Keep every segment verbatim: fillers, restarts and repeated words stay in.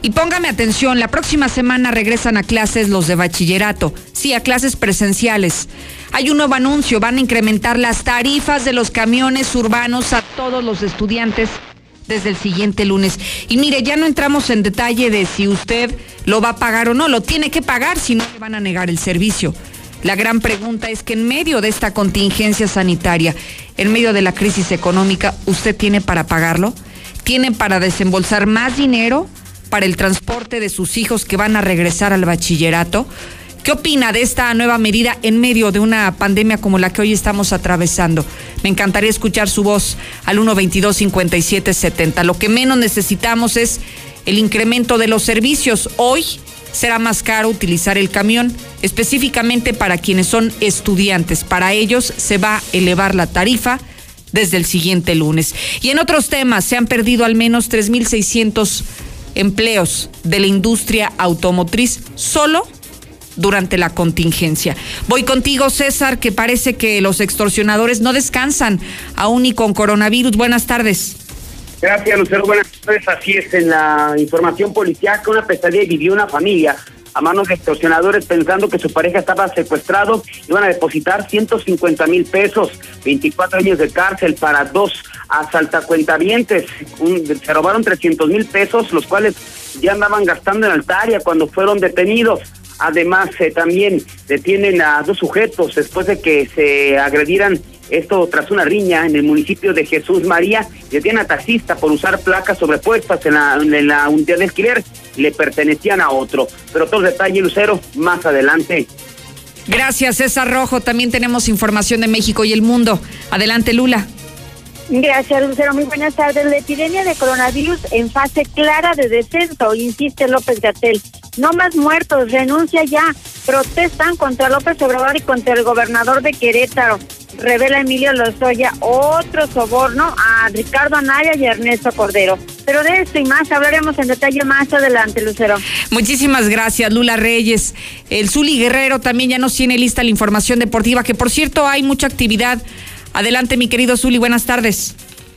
Y póngame atención, la próxima semana regresan a clases los de bachillerato, sí, a clases presenciales. Hay un nuevo anuncio, van a incrementar las tarifas de los camiones urbanos a todos los estudiantes desde el siguiente lunes. Y mire, ya no entramos en detalle de si usted lo va a pagar o no, lo tiene que pagar, si no le van a negar el servicio. La gran pregunta es que en medio de esta contingencia sanitaria, en medio de la crisis económica, ¿usted tiene para pagarlo? ¿Tiene para desembolsar más dinero para el transporte de sus hijos que van a regresar al bachillerato? ¿Qué opina de esta nueva medida en medio de una pandemia como la que hoy estamos atravesando? Me encantaría escuchar su voz al uno veintidós cincuenta y siete setenta. Lo que menos necesitamos es el incremento de los servicios. Hoy será más caro utilizar el camión, específicamente para quienes son estudiantes. Para ellos se va a elevar la tarifa desde el siguiente lunes. Y en otros temas, se han perdido al menos tres mil seiscientos empleos de la industria automotriz solo durante la contingencia. Voy contigo, César, que parece que los extorsionadores no descansan aún y con coronavirus. Buenas tardes. Gracias, Lucero. Buenas tardes. Así es, en la información policial, que una pesadilla vivió una familia a manos de extorsionadores pensando que su pareja estaba secuestrado. Iban a depositar ciento cincuenta mil pesos, veinticuatro años de cárcel para dos asaltacuentavientes. Un, se robaron trescientos mil pesos, los cuales ya andaban gastando en Altaria cuando fueron detenidos. Además, eh, también detienen a dos sujetos después de que se agredieran, esto tras una riña en el municipio de Jesús María. Detienen a taxista por usar placas sobrepuestas en la, en la unidad de alquiler, le pertenecían a otro. Pero todo detalle, Lucero, más adelante. Gracias, César Rojo. También tenemos información de México y el mundo. Adelante, Lula. Gracias, Lucero. Muy buenas tardes. La epidemia de coronavirus en fase clara de descenso, insiste López-Gatell. No más muertos, renuncia ya. Protestan contra López Obrador y contra el gobernador de Querétaro. Revela Emilio Lozoya otro soborno a Ricardo Anaya y Ernesto Cordero. Pero de esto y más hablaremos en detalle más adelante, Lucero. Muchísimas gracias, Lula Reyes. El Zuli Guerrero también ya nos tiene lista la información deportiva, que por cierto hay mucha actividad. Adelante, mi querido Zuli, buenas tardes.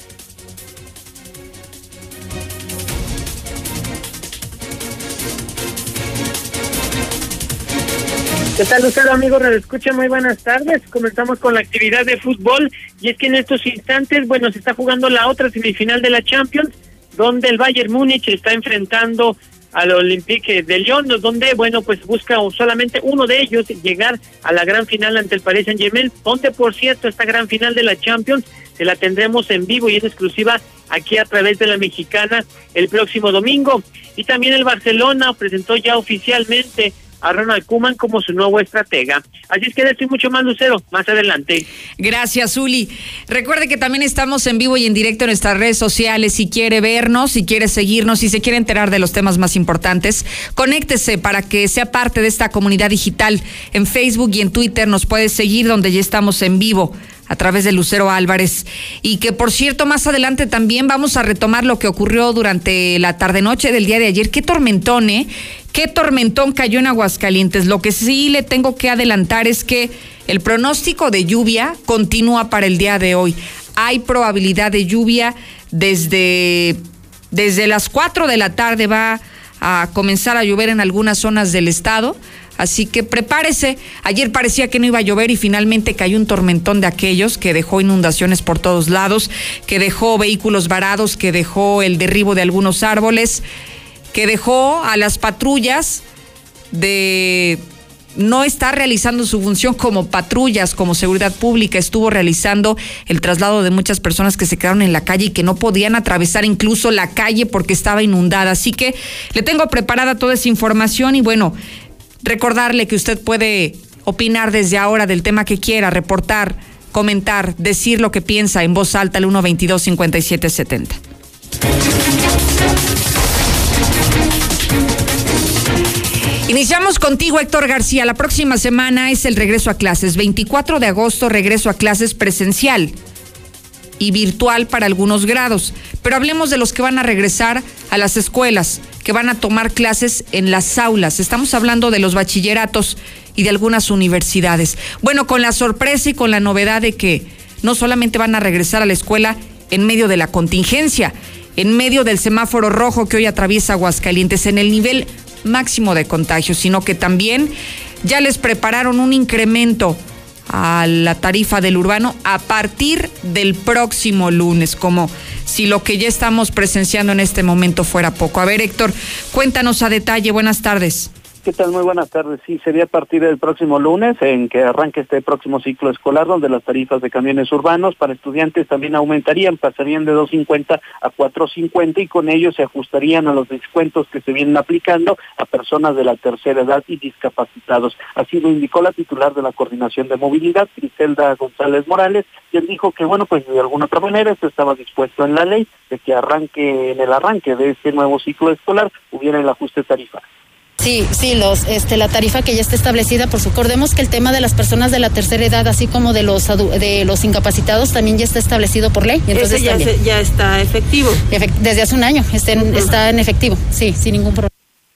¿Qué tal, Lucero, amigos? Nos escucha, muy buenas tardes. Comenzamos con la actividad de fútbol, y es que en estos instantes, bueno, se está jugando la otra semifinal de la Champions, donde el Bayern Múnich está enfrentando al Olympique de Lyon, donde, bueno, pues busca solamente uno de ellos llegar a la gran final ante el Paris Saint-Germain, donde, por cierto, esta gran final de la Champions se la tendremos en vivo y en exclusiva aquí a través de la Mexicana el próximo domingo. Y también el Barcelona presentó ya oficialmente a Ronald Koeman como su nuevo estratega. Así es que de esto y mucho más, Lucero, más adelante. Gracias, Zuli. Recuerde que también estamos en vivo y en directo en nuestras redes sociales. Si quiere vernos, si quiere seguirnos, si se quiere enterar de los temas más importantes, conéctese para que sea parte de esta comunidad digital. En Facebook y en Twitter nos puede seguir, donde ya estamos en vivo a través de Lucero Álvarez. Y que, por cierto, más adelante también vamos a retomar lo que ocurrió durante la tarde-noche del día de ayer. Qué tormentón, ¿eh? Qué tormentón cayó en Aguascalientes. Lo que sí le tengo que adelantar es que el pronóstico de lluvia continúa para el día de hoy. Hay probabilidad de lluvia desde, desde las cuatro de la tarde. Va a comenzar a llover en algunas zonas del estado. Así que prepárese. Ayer parecía que no iba a llover y finalmente cayó un tormentón de aquellos que dejó inundaciones por todos lados, que dejó vehículos varados, que dejó el derribo de algunos árboles, que dejó a las patrullas de no estar realizando su función como patrullas, como seguridad pública. Estuvo realizando el traslado de muchas personas que se quedaron en la calle y que no podían atravesar incluso la calle porque estaba inundada. Así que le tengo preparada toda esa información y bueno, recordarle que usted puede opinar desde ahora del tema que quiera, reportar, comentar, decir lo que piensa en voz alta al uno veintidós cincuenta y siete setenta. Iniciamos contigo, Héctor García. La próxima semana es el regreso a clases. veinticuatro de agosto, regreso a clases presencial y virtual para algunos grados. Pero hablemos de los que van a regresar a las escuelas, que van a tomar clases en las aulas. Estamos hablando de los bachilleratos y de algunas universidades. Bueno, con la sorpresa y con la novedad de que no solamente van a regresar a la escuela en medio de la contingencia, en medio del semáforo rojo que hoy atraviesa Aguascalientes, en el nivel máximo de contagio, sino que también ya les prepararon un incremento a la tarifa del urbano a partir del próximo lunes, como si lo que ya estamos presenciando en este momento fuera poco. A ver, Héctor, cuéntanos a detalle. Buenas tardes. ¿Qué tal? Muy buenas tardes. Sí, sería a partir del próximo lunes en que arranque este próximo ciclo escolar, donde las tarifas de camiones urbanos para estudiantes también aumentarían, pasarían de dos cincuenta a cuatro cincuenta, y con ello se ajustarían a los descuentos que se vienen aplicando a personas de la tercera edad y discapacitados. Así lo indicó la titular de la Coordinación de Movilidad, Griselda González Morales, quien dijo que, bueno, pues de alguna otra manera esto estaba dispuesto en la ley, de que arranque, en el arranque de este nuevo ciclo escolar, hubiera el ajuste tarifario. Sí, sí, los, este, la tarifa que ya está establecida, por su recordemos que el tema de las personas de la tercera edad, así como de los de los incapacitados, también ya está establecido por ley. Entonces ese ya, se, ya está efectivo. Desde hace un año está en, uh-huh. está en efectivo, sí, sin ningún problema.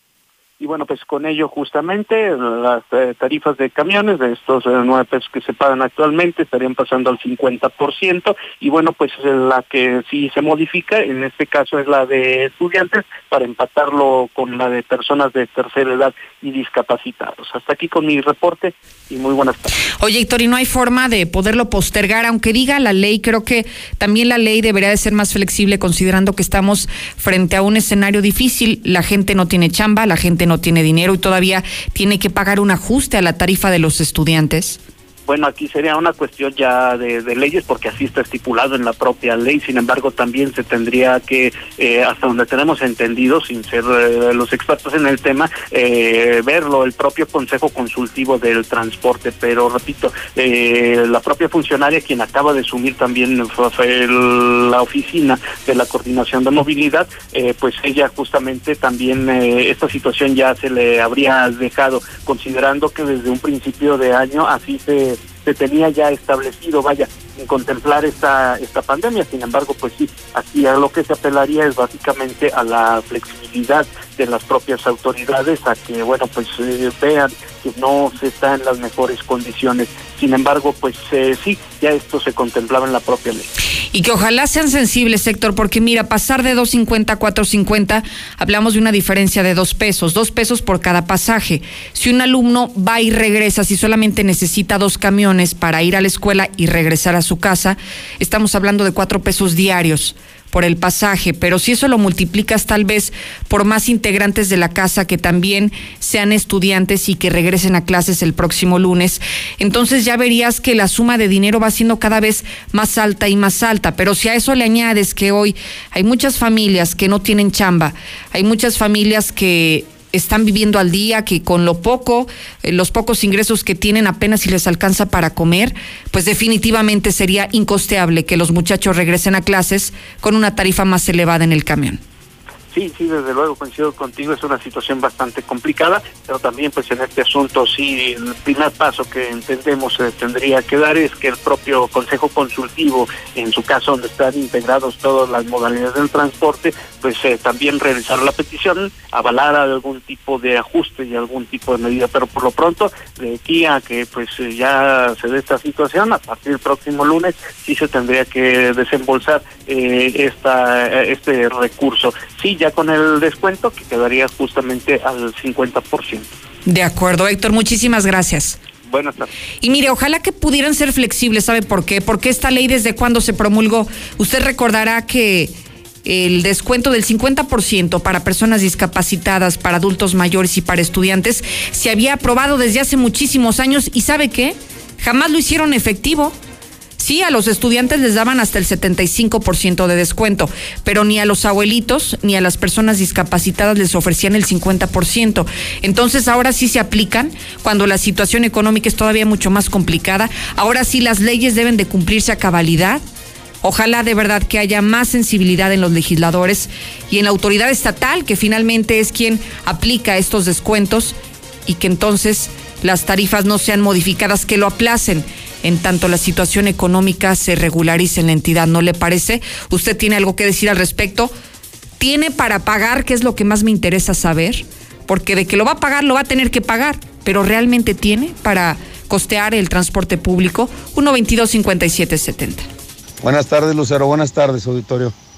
Y bueno, pues con ello justamente las eh, tarifas de camiones, de estos eh, nueve pesos que se pagan actualmente, estarían pasando al cincuenta por ciento, y bueno, pues la que sí se modifica, en este caso es la de estudiantes, para empatarlo con la de personas de tercera edad y discapacitados. Hasta aquí con mi reporte y muy buenas tardes. Oye, Héctor, ¿y no hay forma de poderlo postergar? Aunque diga la ley, creo que también la ley debería de ser más flexible, considerando que estamos frente a un escenario difícil. La gente no tiene chamba, la gente no tiene dinero y todavía tiene que pagar un ajuste a la tarifa de los estudiantes. Bueno, aquí sería una cuestión ya de, de leyes, porque así está estipulado en la propia ley. Sin embargo, también se tendría que, eh, hasta donde tenemos entendido, sin ser eh, los expertos en el tema, eh, verlo el propio Consejo Consultivo del Transporte. Pero repito, eh, la propia funcionaria, quien acaba de asumir también fue, fue el, la oficina de la Coordinación de Movilidad, eh, pues ella justamente también eh, esta situación ya se le habría dejado, considerando que desde un principio de año así se se tenía ya establecido, vaya, en contemplar esta esta pandemia. Sin embargo, pues sí, aquí a lo que se apelaría es básicamente a la flexibilidad de las propias autoridades, a que, bueno, pues eh, vean que no se está en las mejores condiciones. Sin embargo, pues eh, sí, ya esto se contemplaba en la propia ley. Y que ojalá sean sensibles, Héctor, porque mira, pasar de dos cincuenta a cuatro cincuenta, hablamos de una diferencia de dos pesos, dos pesos por cada pasaje. Si un alumno va y regresa, si solamente necesita dos camiones para ir a la escuela y regresar a su casa, estamos hablando de cuatro pesos diarios por el pasaje, pero si eso lo multiplicas tal vez por más integrantes de la casa que también sean estudiantes y que regresen a clases el próximo lunes, entonces ya verías que la suma de dinero va siendo cada vez más alta y más alta. Pero si a eso le añades que hoy hay muchas familias que no tienen chamba, hay muchas familias que están viviendo al día, que con lo poco, eh, los pocos ingresos que tienen apenas si les alcanza para comer, pues definitivamente sería incosteable que los muchachos regresen a clases con una tarifa más elevada en el camión. Sí, sí, desde luego coincido contigo, es una situación bastante complicada, pero también pues en este asunto sí, el primer paso que entendemos se eh, tendría que dar es que el propio Consejo Consultivo, en su caso donde están integrados todas las modalidades del transporte, pues eh, también realizar la petición, avalar algún tipo de ajuste y algún tipo de medida, pero por lo pronto, de aquí a que pues eh, ya se dé esta situación, a partir del próximo lunes sí se tendría que desembolsar eh, esta este recurso. Sí, ya con el descuento que quedaría justamente al cincuenta por ciento. De acuerdo, Héctor, muchísimas gracias. Buenas tardes. Y mire, ojalá que pudieran ser flexibles, ¿sabe por qué? Porque esta ley, ¿desde cuándo se promulgó? Usted recordará que el descuento del cincuenta por ciento para personas discapacitadas, para adultos mayores y para estudiantes se había aprobado desde hace muchísimos años, y ¿sabe qué? Jamás lo hicieron efectivo. Sí, a los estudiantes les daban hasta el setenta y cinco por ciento de descuento, pero ni a los abuelitos ni a las personas discapacitadas les ofrecían el cincuenta por ciento. Entonces ahora sí se aplican cuando la situación económica es todavía mucho más complicada. Ahora sí las leyes deben de cumplirse a cabalidad. Ojalá de verdad que haya más sensibilidad en los legisladores y en la autoridad estatal, que finalmente es quien aplica estos descuentos, y que entonces las tarifas no sean modificadas, que lo aplacen en tanto la situación económica se regularice en la entidad. ¿No le parece? ¿Usted tiene algo que decir al respecto? ¿Tiene para pagar? ¿Qué es lo que más me interesa saber? Porque de que lo va a pagar, lo va a tener que pagar, pero ¿realmente tiene para costear el transporte público? uno veintidós cincuenta y siete setenta. Buenas tardes, Lucero. Buenas tardes, auditorio.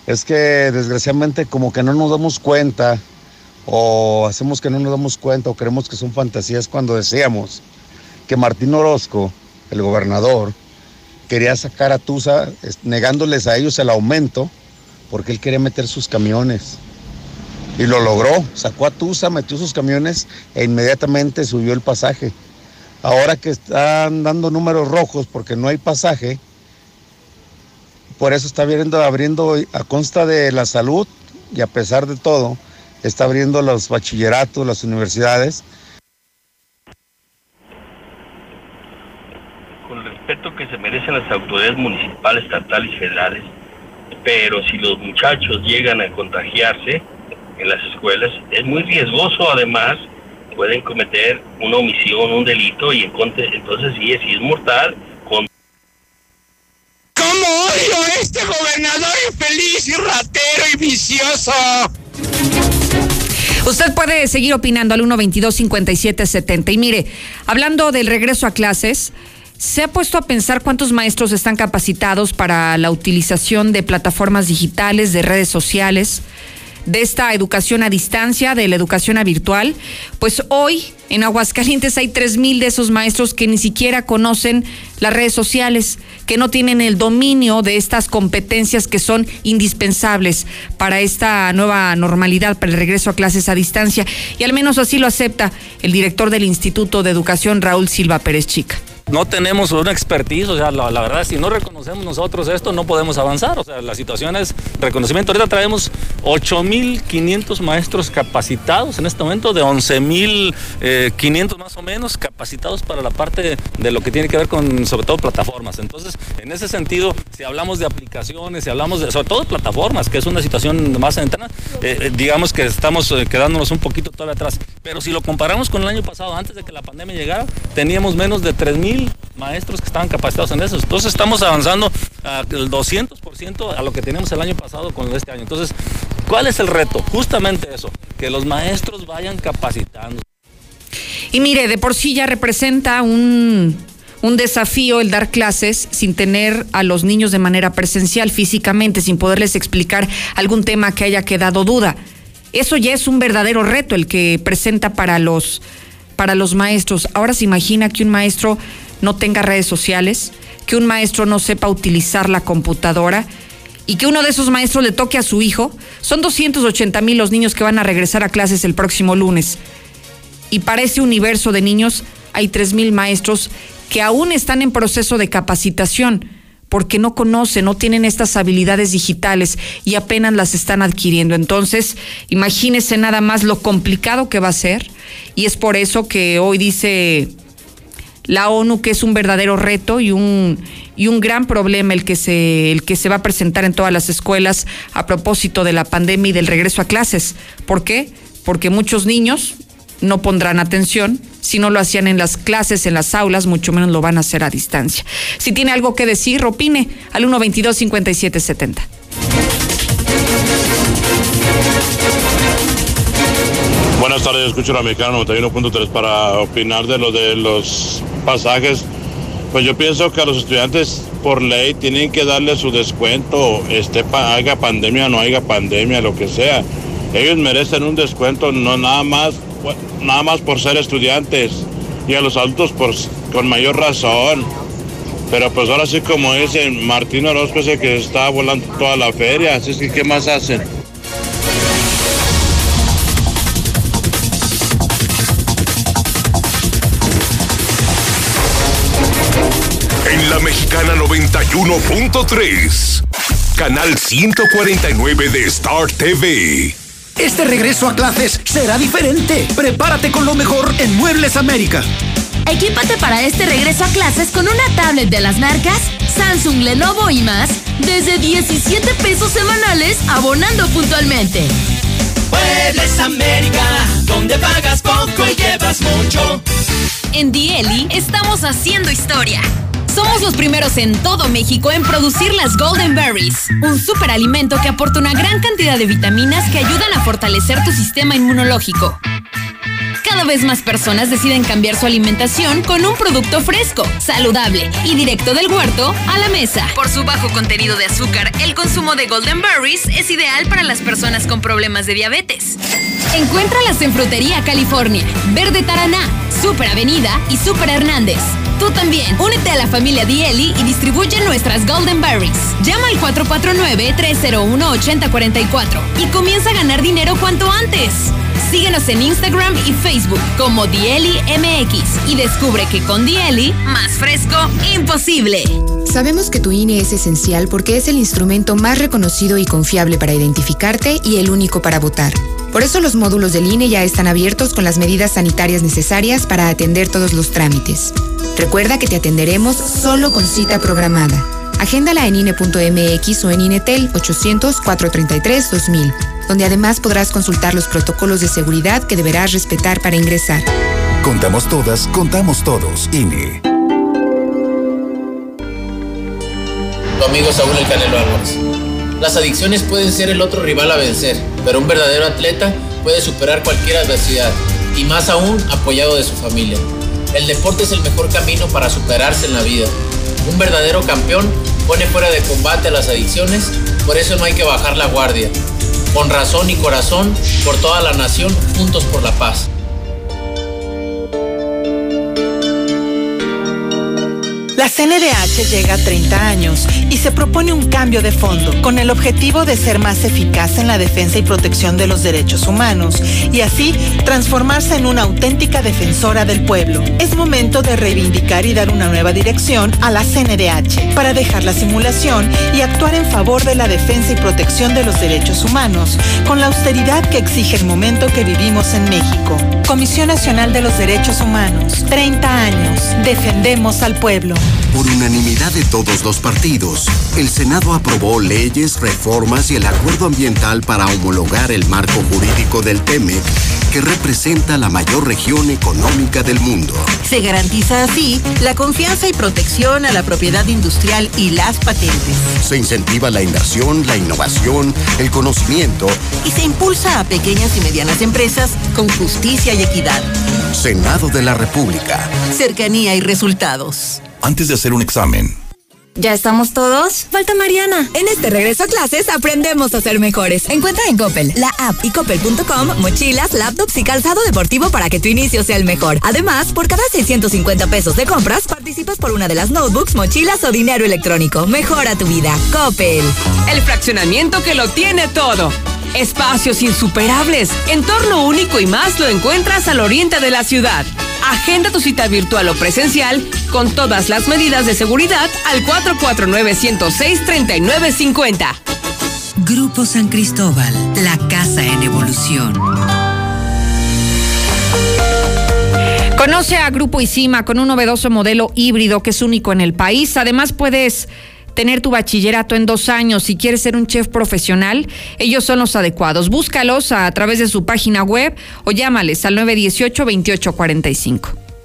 Es que desgraciadamente como que no nos damos cuenta, o hacemos que no nos damos cuenta, o creemos que son fantasías cuando decíamos que Martín Orozco, el gobernador, quería sacar a Tusa, negándoles a ellos el aumento, porque él quería meter sus camiones. Y lo logró, sacó a Tusa, metió sus camiones e inmediatamente subió el pasaje. Ahora que están dando números rojos porque no hay pasaje, por eso está abriendo, abriendo a consta de la salud, y a pesar de todo, está abriendo los bachilleratos, las universidades. Con el respeto que se merecen las autoridades municipales, estatales y federales, pero si los muchachos llegan a contagiarse en las escuelas, es muy riesgoso. Además, pueden cometer una omisión, un delito, y entonces sí, sí es mortal. Con... ¿Cómo odio a este gobernador infeliz y ratero y vicioso? Usted puede seguir opinando al uno veintidós cincuenta y siete setenta. Y mire, hablando del regreso a clases, ¿se ha puesto a pensar cuántos maestros están capacitados para la utilización de plataformas digitales, de redes sociales, de esta educación a distancia, de la educación a virtual? Pues hoy en Aguascalientes hay tres mil de esos maestros que ni siquiera conocen las redes sociales, que no tienen el dominio de estas competencias que son indispensables para esta nueva normalidad, para el regreso a clases a distancia. Y al menos así lo acepta el director del Instituto de Educación, Raúl Silva Pérez Chica. No tenemos una expertise, o sea, la, la verdad, si no reconocemos nosotros esto, no podemos avanzar. O sea, la situación es reconocimiento. Ahorita traemos ocho mil quinientos maestros capacitados en este momento, de once mil quinientos más o menos, capacitados para la parte de, de lo que tiene que ver con, sobre todo, plataformas. Entonces, en ese sentido, si hablamos de aplicaciones, si hablamos de, sobre todo, plataformas, que es una situación más centrada, eh, digamos que estamos eh, quedándonos un poquito todavía atrás. Pero si lo comparamos con el año pasado, antes de que la pandemia llegara, teníamos menos de tres mil maestros que estaban capacitados en eso. Entonces estamos avanzando al doscientos por ciento a lo que teníamos el año pasado con este año. Entonces, ¿cuál es el reto? Justamente eso, que los maestros vayan capacitando. Y mire, de por sí ya representa un, un desafío el dar clases sin tener a los niños de manera presencial, físicamente, sin poderles explicar algún tema que haya quedado duda. Eso ya es un verdadero reto el que presenta para los, para los maestros. Ahora se imagina que un maestro no tenga redes sociales, que un maestro no sepa utilizar la computadora y que uno de esos maestros le toque a su hijo. Son doscientos ochenta mil los niños que van a regresar a clases el próximo lunes. Y para ese universo de niños hay tres mil maestros que aún están en proceso de capacitación porque no conocen, no tienen estas habilidades digitales y apenas las están adquiriendo. Entonces, imagínense nada más lo complicado que va a ser, y es por eso que hoy dice la ONU que es un verdadero reto y un y un gran problema el que se el que se va a presentar en todas las escuelas a propósito de la pandemia y del regreso a clases. ¿Por qué? Porque muchos niños no pondrán atención. Si no lo hacían en las clases, en las aulas, mucho menos lo van a hacer a distancia. Si tiene algo que decir, opine al uno veintidós cincuenta y siete setenta. Buenas tardes, escucho la Mexicana noventa y uno punto tres para opinar de lo de los pasajes. Pues yo pienso que a los estudiantes por ley tienen que darle su descuento, este, haya pandemia o no haya pandemia, lo que sea. Ellos merecen un descuento, no nada más, nada más por ser estudiantes, y a los adultos por, con mayor razón. Pero pues ahora sí, como dicen, Martín Orozco es el que está volando toda la feria, así es que ¿qué más hacen? En la Mexicana noventa y uno punto tres, canal ciento cuarenta y nueve de Star T V. Este regreso a clases será diferente. Prepárate con lo mejor en Muebles América. Equípate para este regreso a clases con una tablet de las marcas Samsung, Lenovo y más desde diecisiete pesos semanales, abonando puntualmente. Muebles América, donde pagas poco y llevas mucho. En Dieli estamos haciendo historia. Somos los primeros en todo México en producir las Golden Berries, un superalimento que aporta una gran cantidad de vitaminas que ayudan a fortalecer tu sistema inmunológico. cada vez más personas deciden cambiar su alimentación con un producto fresco, saludable y directo del huerto a la mesa. Por su bajo contenido de azúcar, el consumo de Golden Berries es ideal para las personas con problemas de diabetes. Encuéntralas en Frutería California, Verde Taraná, Super Avenida y Super Hernández. Tú también, únete a la familia Dieli y distribuye nuestras Golden Berries. Llama al cuatro cuatro nueve, tres cero uno, ocho cero cuatro cuatro y comienza a ganar dinero cuanto antes. Síguenos en Instagram y Facebook como Dieli M X y descubre que con Dieli, más fresco, imposible. Sabemos que tu I N E es esencial porque es el instrumento más reconocido y confiable para identificarte y el único para votar. Por eso los módulos del I N E ya están abiertos con las medidas sanitarias necesarias para atender todos los trámites. Recuerda que te atenderemos solo con cita programada. Agéndala en I N E punto M X o en INETEL ochocientos, cuatrocientos treinta y tres, dos mil, donde además podrás consultar los protocolos de seguridad que deberás respetar para ingresar. Contamos todas, contamos todos. I N E. Tu amigo Saúl El Canelo Álvarez. Las adicciones pueden ser el otro rival a vencer, pero un verdadero atleta puede superar cualquier adversidad, y más aún apoyado de su familia. El deporte es el mejor camino para superarse en la vida. Un verdadero campeón pone fuera de combate a las adicciones, por eso no hay que bajar la guardia. Con razón y corazón, por toda la nación, juntos por la paz. La C N D H llega a treinta años y se propone un cambio de fondo con el objetivo de ser más eficaz en la defensa y protección de los derechos humanos y así transformarse en una auténtica defensora del pueblo. Es momento de reivindicar y dar una nueva dirección a la C N D H para dejar la simulación y actuar en favor de la defensa y protección de los derechos humanos con la austeridad que exige el momento que vivimos en México. Comisión Nacional de los Derechos Humanos, treinta años. Defendemos al pueblo. Por unanimidad de todos los partidos, el Senado aprobó leyes, reformas y el acuerdo ambiental para homologar el marco jurídico del TEMEC, que representa la mayor región económica del mundo. Se garantiza así la confianza y protección a la propiedad industrial y las patentes. Se incentiva la inversión, la innovación, el conocimiento. Y se impulsa a pequeñas y medianas empresas con justicia y equidad. Senado de la República. Cercanía y resultados. Antes de hacer un examen. ¿Ya estamos todos? Falta Mariana. En este regreso a clases aprendemos a ser mejores. Encuentra en Coppel, la app y coppel punto com mochilas, laptops y calzado deportivo para que tu inicio sea el mejor. Además, por cada seiscientos cincuenta pesos de compras, participas por una de las notebooks, mochilas o dinero electrónico. Mejora tu vida. Coppel. El fraccionamiento que lo tiene todo. Espacios insuperables, entorno único y más lo encuentras al oriente de la ciudad. Agenda tu cita virtual o presencial con todas las medidas de seguridad al cuatro cuatro nueve, uno cero seis, tres nueve cinco cero. Grupo San Cristóbal, la casa en evolución. Conoce a Grupo Isima con un novedoso modelo híbrido que es único en el país. Además puedes tener tu bachillerato en dos años. Si quieres ser un chef profesional, ellos son los adecuados. Búscalos a través de su página web o llámales al nueve uno ocho, veintiocho cuarenta y cinco.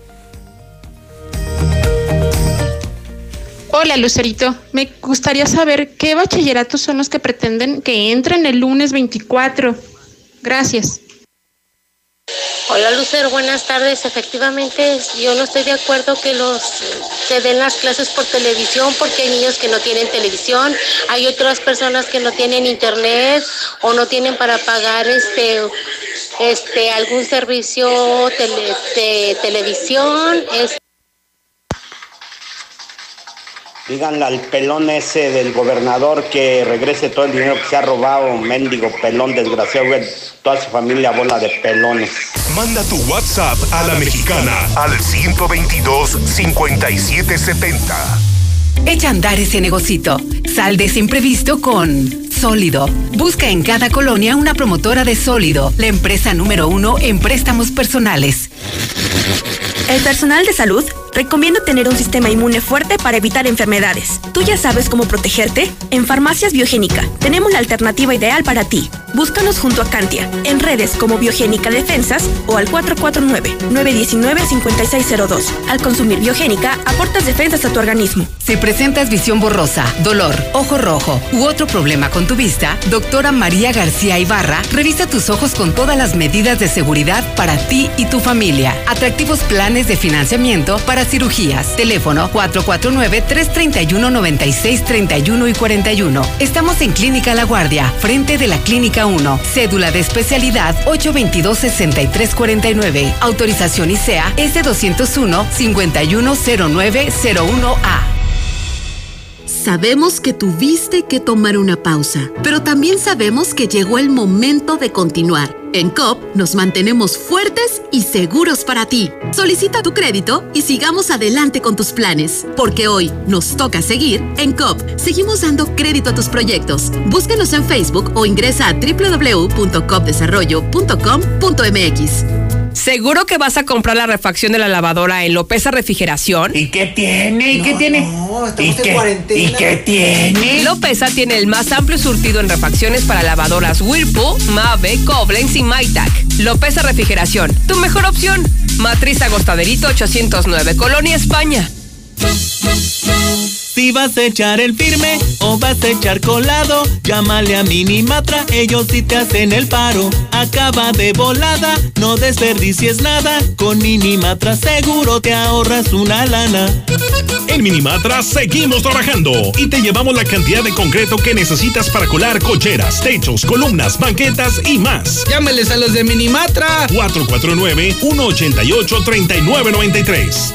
Hola, Lucerito. Me gustaría saber qué bachilleratos son los que pretenden que entren el lunes veinticuatro. Gracias. Hola, Lucero, buenas tardes. Efectivamente, yo no estoy de acuerdo que los se den las clases por televisión porque hay niños que no tienen televisión, hay otras personas que no tienen internet o no tienen para pagar este este algún servicio tele, de televisión. Es... Díganle al pelón ese del gobernador que regrese todo el dinero que se ha robado, mendigo pelón desgraciado, güey. Toda su familia bola de pelones. Manda tu WhatsApp a la mexicana al ciento veintidós, cincuenta y siete setenta. Echa a andar ese negocito. Sal de ese imprevisto con Sólido. Busca en cada colonia una promotora de Sólido, la empresa número uno en préstamos personales. El personal de salud recomiendo tener un sistema inmune fuerte para evitar enfermedades. ¿Tú ya sabes cómo protegerte? En Farmacias Biogénica tenemos la alternativa ideal para ti. Búscanos junto a Cantia, en redes como Biogénica Defensas o al cuatro cuatro nueve, nueve uno nueve, cinco seis cero dos. Al consumir Biogénica, aportas defensas a tu organismo. Si presentas visión borrosa, dolor, ojo rojo u otro problema con tu vista, doctora María García Ibarra revisa tus ojos con todas las medidas de seguridad para ti y tu familia. Atractivos planes de financiamiento para cirugías. Teléfono cuatro cuatro nueve, tres tres uno, nueve seis tres uno y cuarenta y uno. Estamos en Clínica La Guardia, frente de la Clínica uno. Cédula de especialidad ocho veintidós, sesenta y tres cuarenta y nueve. Autorización I C E A S doscientos uno, cincuenta y uno cero nueve cero uno A. Sabemos que tuviste que tomar una pausa, pero también sabemos que llegó el momento de continuar. En C O P nos mantenemos fuertes y seguros para ti. Solicita tu crédito y sigamos adelante con tus planes, porque hoy nos toca seguir en C O P. Seguimos dando crédito a tus proyectos. Búscanos en Facebook o ingresa a doble u doble u doble u punto cop desarrollo punto com punto m x. ¿Seguro que vas a comprar la refacción de la lavadora en Lopeza Refrigeración? ¿Y qué tiene? ¿Y no, qué tiene? No, estamos ¿Y en qué? cuarentena. ¿Y qué tiene? Lopeza tiene el más amplio surtido en refacciones para lavadoras Whirlpool, Mave, Koblenz y Maytag. Lopeza Refrigeración, tu mejor opción. Matriz Agostaderito ochocientos nueve, Colonia, España. Si vas a echar el firme o vas a echar colado, llámale a Minimatra, ellos sí te hacen el paro. Acaba de volada, no desperdicies nada, con Minimatra seguro te ahorras una lana. En Minimatra seguimos trabajando y te llevamos la cantidad de concreto que necesitas para colar cocheras, techos, columnas, banquetas y más. Llámeles a los de Minimatra. cuatro cuatro nueve, uno ocho ocho, tres nueve nueve tres.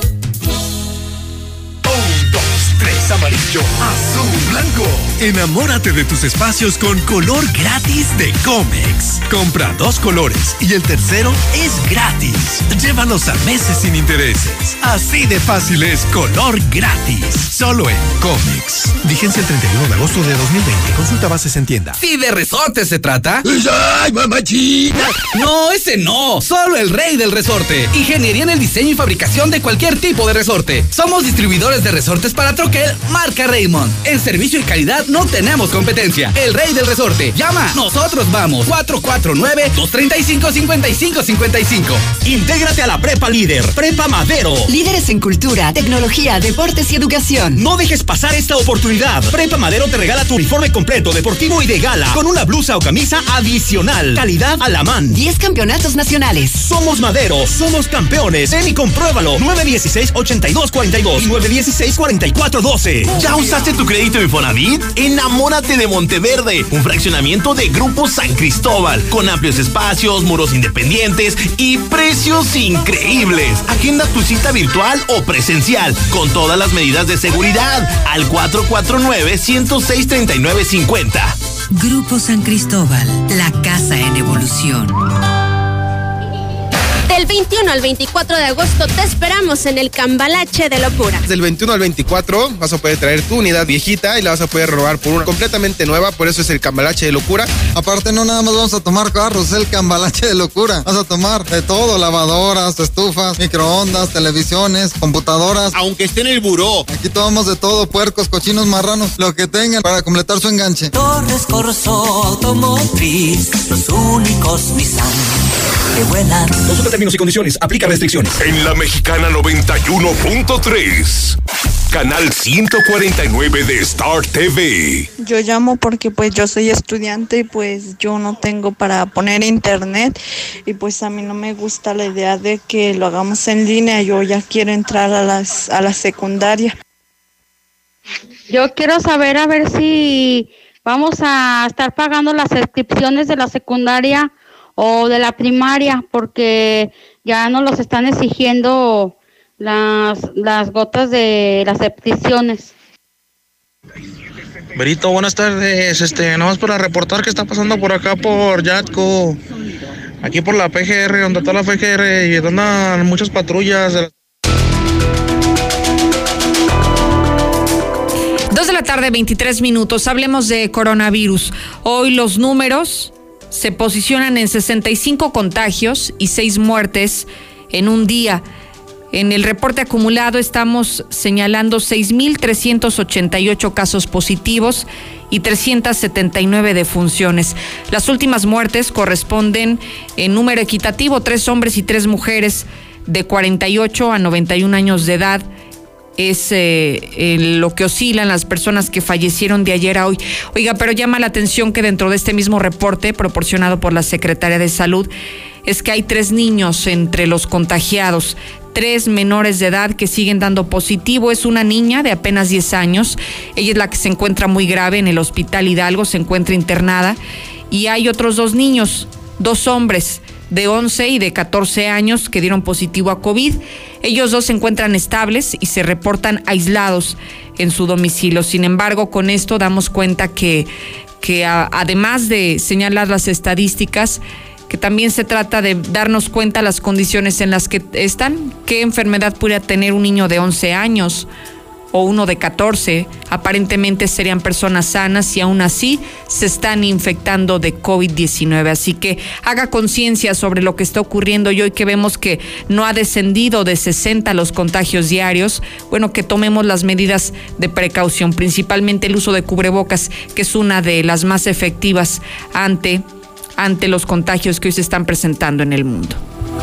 Amarillo, azul, blanco. Enamórate de tus espacios con color gratis de Comex. Compra dos colores y el tercero es gratis. Llévalos a meses sin intereses. Así de fácil es color gratis. Solo en Comex. Vigencia el treinta y uno de agosto de dos mil veinte. Consulta bases en tienda. Si de resorte se trata. ¡Ay, mamachita! No, ese no. Solo el rey del resorte. Ingeniería en el diseño y fabricación de cualquier tipo de resorte. Somos distribuidores de resortes para troquel marca Raymond. En servicio y calidad no tenemos competencia. El rey del resorte. Llama. Nosotros vamos. cuatro cuatro nueve, dos tres cinco, cinco cinco cinco cinco. Intégrate a la Prepa Líder. Prepa Madero. Líderes en cultura, tecnología, deportes y educación. No dejes pasar esta oportunidad. Prepa Madero te regala tu uniforme completo, deportivo y de gala, con una blusa o camisa adicional. Calidad a la man. diez campeonatos nacionales. Somos Madero. Somos campeones. Ven y compruébalo. nueve dieciséis, ochenta y dos cuarenta y dos y nueve dieciséis, cuarenta y cuatro doce. ¿Ya usaste tu crédito Infonavit? Enamórate de Monteverde, un fraccionamiento de Grupo San Cristóbal, con amplios espacios, muros independientes y precios increíbles. Agenda tu cita virtual o presencial, con todas las medidas de seguridad, al cuatro cuatro nueve, uno cero seis, tres nueve cinco cero. Grupo San Cristóbal, la casa en evolución. Del veintiuno al veinticuatro de agosto te esperamos en el Cambalache de Locura. Del veintiuno al veinticuatro vas a poder traer tu unidad viejita y la vas a poder robar por una completamente nueva, por eso es el Cambalache de Locura. Aparte no nada más vamos a tomar carros, el Cambalache de Locura. Vas a tomar de todo, lavadoras, estufas, microondas, televisiones, computadoras. Aunque esté en el buró. Aquí tomamos de todo, puercos, cochinos, marranos, lo que tengan para completar su enganche. Torres Corso Automotriz, los únicos Nissan que vuelan. Consulta términos y condiciones, aplica restricciones. En la Mexicana noventa y uno punto tres, canal ciento cuarenta y nueve de Star T V. Yo llamo porque pues yo soy estudiante y pues yo no tengo para poner internet y pues a mí no me gusta la idea de que lo hagamos en línea. Yo ya quiero entrar a las a la secundaria. Yo quiero saber a ver si vamos a estar pagando las inscripciones de la secundaria o de la primaria, porque ya nos los están exigiendo las, las gotas de las inscripciones. Berito, buenas tardes. Este, nada más para reportar qué está pasando por acá por Yatco, aquí por la P G R, donde está la P G R, y andan muchas patrullas. Dos de la tarde, veintitrés minutos. Hablemos de coronavirus. Hoy los números se posicionan en sesenta y cinco contagios y seis muertes en un día. En el reporte acumulado estamos señalando seis mil trescientos ochenta y ocho casos positivos y trescientas setenta y nueve defunciones. Las últimas muertes corresponden en número equitativo, tres hombres y tres mujeres de cuarenta y ocho a noventa y un años de edad. Es eh, en lo que oscilan las personas que fallecieron de ayer a hoy. Oiga, pero llama la atención que dentro de este mismo reporte proporcionado por la Secretaría de Salud es que hay tres niños entre los contagiados, tres menores de edad que siguen dando positivo. Es una niña de apenas diez años, ella es la que se encuentra muy grave en el Hospital Hidalgo, se encuentra internada, y hay otros dos niños, dos hombres de once y de catorce años que dieron positivo a COVID. Ellos dos se encuentran estables y se reportan aislados en su domicilio. Sin embargo, con esto damos cuenta que, que a, además de señalar las estadísticas, que también se trata de darnos cuenta las condiciones en las que están. ¿Qué enfermedad pudiera tener un niño de once años o uno de catorce? Aparentemente serían personas sanas y aún así se están infectando de COVID diecinueve. Así que haga conciencia sobre lo que está ocurriendo y hoy que vemos que no ha descendido de sesenta los contagios diarios, bueno, que tomemos las medidas de precaución, principalmente el uso de cubrebocas, que es una de las más efectivas ante ante los contagios que hoy se están presentando en el mundo.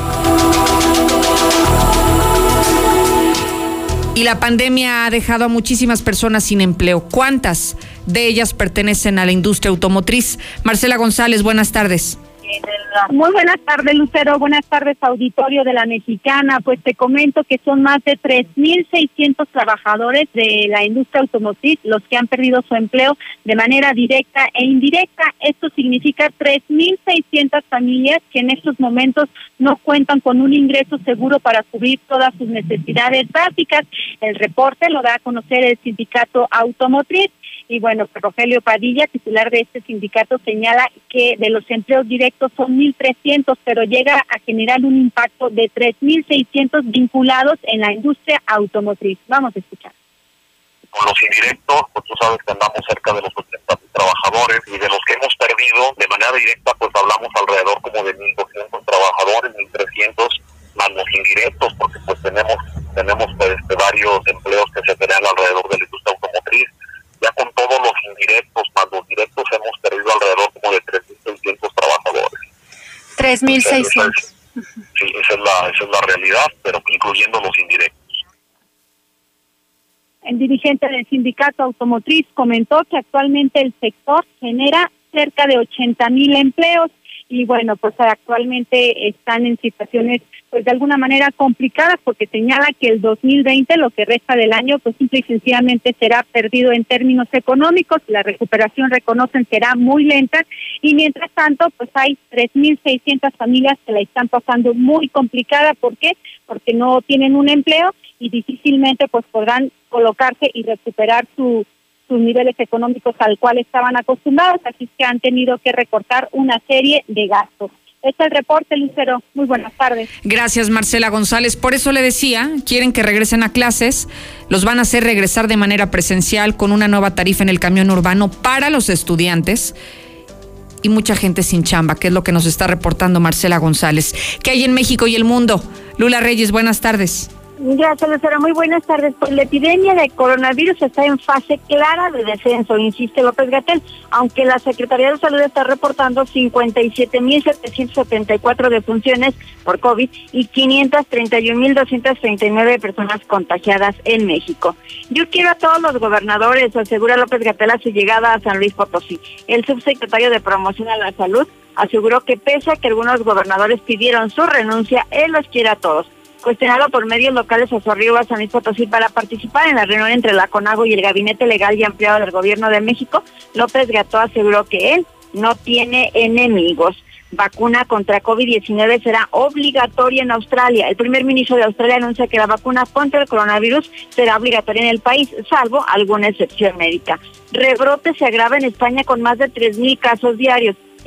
Y la pandemia ha dejado a muchísimas personas sin empleo. ¿Cuántas de ellas pertenecen a la industria automotriz? Marcela González, buenas tardes. Muy buenas tardes, Lucero. Buenas tardes, auditorio de La Mexicana. Pues te comento que son más de tres mil seiscientos trabajadores de la industria automotriz los que han perdido su empleo de manera directa e indirecta. Esto significa tres mil seiscientas familias que en estos momentos no cuentan con un ingreso seguro para cubrir todas sus necesidades básicas. El reporte lo da a conocer el sindicato automotriz. Y bueno, Rogelio Padilla, titular de este sindicato, señala que de los empleos directos son mil trescientos, pero llega a generar un impacto de tres mil seiscientos vinculados en la industria automotriz. Vamos a escuchar. Con los indirectos, pues tú sabes que andamos cerca de los ochenta mil trabajadores, y de los que hemos perdido de manera directa, pues hablamos alrededor como de mil doscientos trabajadores, mil trescientos más los indirectos, porque pues tenemos tenemos pues, este, varios empleos que se crean alrededor de la industria automotriz. Ya con todos los indirectos más los directos hemos perdido alrededor como de tres mil seiscientos trabajadores. tres mil seiscientos. Sí, esa es, la, esa es la realidad, pero incluyendo los indirectos. El dirigente del sindicato automotriz comentó que actualmente el sector genera cerca de ochenta mil empleos y bueno, pues actualmente están en situaciones pues de alguna manera complicadas porque señala que el dos mil veinte, lo que resta del año, pues simple y sencillamente será perdido en términos económicos, la recuperación, reconocen, será muy lenta y mientras tanto pues hay tres mil seiscientas familias que la están pasando muy complicada. ¿Por qué? Porque no tienen un empleo y difícilmente pues podrán colocarse y recuperar su sus niveles económicos al cual estaban acostumbrados, así que han tenido que recortar una serie de gastos. Este es el reporte, Lucero. Muy buenas tardes. Gracias, Marcela González. Por eso le decía, quieren que regresen a clases, los van a hacer regresar de manera presencial con una nueva tarifa en el camión urbano para los estudiantes y mucha gente sin chamba, que es lo que nos está reportando Marcela González. ¿Qué hay en México y el mundo? Lula Reyes, buenas tardes. Gracias, Lucero. Muy buenas tardes. Pues la epidemia de coronavirus está en fase clara de descenso, insiste López-Gatell, aunque la Secretaría de Salud está reportando cincuenta y siete mil setecientos setenta y cuatro defunciones por COVID y quinientas treinta y un mil doscientas treinta y nueve personas contagiadas en México. Yo quiero a todos los gobernadores, asegura López-Gatell a su llegada a San Luis Potosí. El subsecretario de Promoción a la Salud aseguró que pese a que algunos gobernadores pidieron su renuncia, él los quiere a todos. Cuestionado por medios locales a su arribo a San Luis Potosí para participar en la reunión entre la CONAGO y el Gabinete Legal y Ampliado del Gobierno de México, López-Gatell aseguró que él no tiene enemigos. Vacuna contra COVID diecinueve será obligatoria en Australia. El primer ministro de Australia anuncia que la vacuna contra el coronavirus será obligatoria en el país, salvo alguna excepción médica. Rebrote se agrava en España con más de tres mil casos diarios.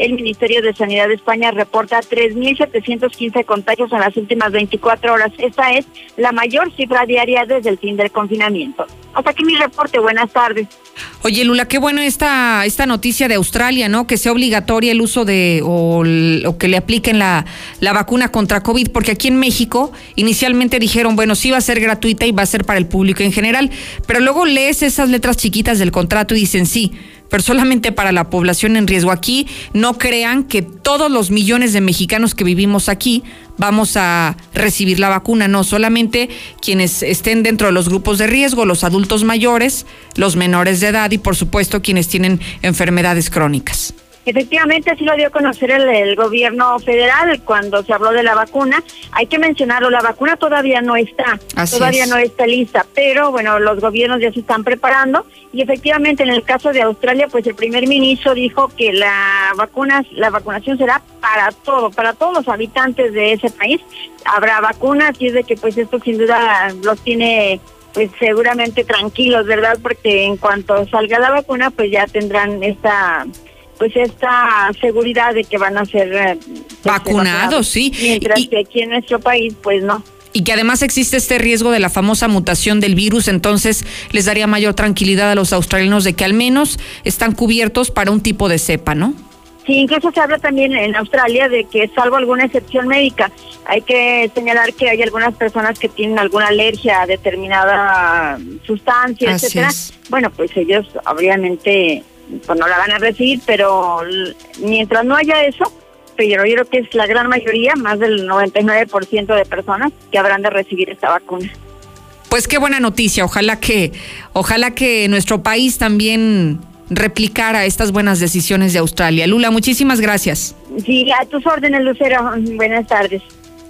el Ministerio de Sanidad de España reporta tres mil setecientos quince contagios en las últimas veinticuatro horas. Esta es la mayor cifra diaria desde el fin del confinamiento. Hasta aquí mi reporte. Buenas tardes. Oye, Lula, qué bueno esta esta noticia de Australia, ¿no? Que sea obligatoria el uso de o, o que le apliquen la, la vacuna contra COVID, porque aquí en México inicialmente dijeron, bueno, sí va a ser gratuita y va a ser para el público en general, pero luego lees esas letras chiquitas del contrato y dicen sí, pero solamente para la población en riesgo. Aquí no crean que todos los millones de mexicanos que vivimos aquí vamos a recibir la vacuna, no, solamente quienes estén dentro de los grupos de riesgo, los adultos mayores, los menores de edad y por supuesto quienes tienen enfermedades crónicas. Efectivamente, así lo dio a conocer el, el gobierno federal cuando se habló de la vacuna. Hay que mencionarlo, la vacuna todavía no está, así todavía es. no está lista, pero bueno, los gobiernos ya se están preparando y efectivamente en el caso de Australia, pues el primer ministro dijo que la vacuna, la vacunación será para todo, para todos los habitantes de ese país. Habrá vacunas y es de que pues esto sin duda los tiene pues seguramente tranquilos, ¿verdad? Porque en cuanto salga la vacuna, pues ya tendrán esta... pues esta seguridad de que van a ser eh, vacunados, sí. Mientras y, que aquí en nuestro país, pues no. Y que además existe este riesgo de la famosa mutación del virus, entonces les daría mayor tranquilidad a los australianos de que al menos están cubiertos para un tipo de cepa, ¿no? Sí, incluso se habla también en Australia de que salvo alguna excepción médica, hay que señalar que hay algunas personas que tienen alguna alergia a determinada sustancia, Así etcétera. Es. Bueno, pues ellos obviamente pues no la van a recibir, pero mientras no haya eso, pero yo creo que es la gran mayoría, más del noventa y nueve por ciento de personas que habrán de recibir esta vacuna. Pues qué buena noticia, ojalá que, ojalá que nuestro país también replicara estas buenas decisiones de Australia. Lula, muchísimas gracias. Sí, a tus órdenes, Lucero. Buenas tardes.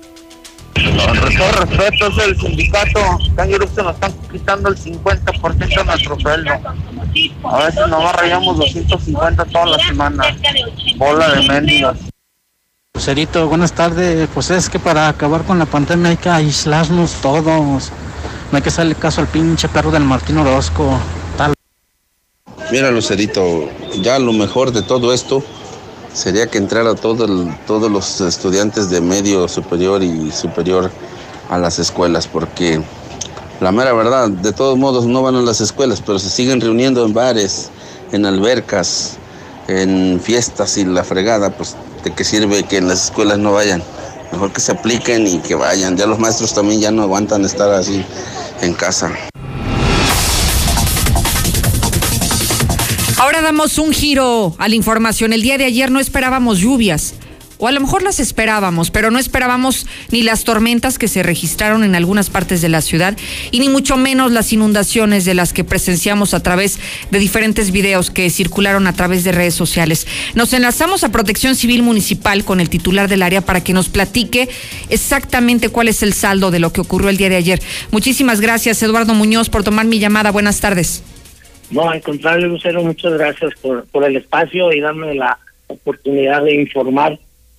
Con todo respeto, es el sindicato. Canguros se nos están quitando el cincuenta por ciento de nuestro sueldo. A veces nomás rayamos doscientos cincuenta toda la semana. Bola de mendigos. Lucerito, buenas tardes. Pues es que para acabar con la pandemia hay que aislarnos todos. No hay que hacerle caso al pinche perro del Martín Orozco. Tal. Mira, Lucerito, ya lo mejor de todo esto sería que entrara todo el, todos los estudiantes de medio superior y superior a las escuelas, porque la mera verdad, de todos modos no van a las escuelas, pero se siguen reuniendo en bares, en albercas, en fiestas y la fregada, pues de qué sirve que en las escuelas no vayan. Mejor que se apliquen y que vayan. Ya los maestros también ya no aguantan estar así en casa. Ahora damos un giro a la información. El día de ayer no esperábamos lluvias, o a lo mejor las esperábamos, pero no esperábamos ni las tormentas que se registraron en algunas partes de la ciudad, y ni mucho menos las inundaciones de las que presenciamos a través de diferentes videos que circularon a través de redes sociales. Nos enlazamos a Protección Civil Municipal con el titular del área para que nos platique exactamente cuál es el saldo de lo que ocurrió el día de ayer. Muchísimas gracias, Eduardo Muñoz, por tomar mi llamada. Buenas tardes. No, al contrario, Lucero, muchas gracias por, por el espacio y darme la oportunidad de informar.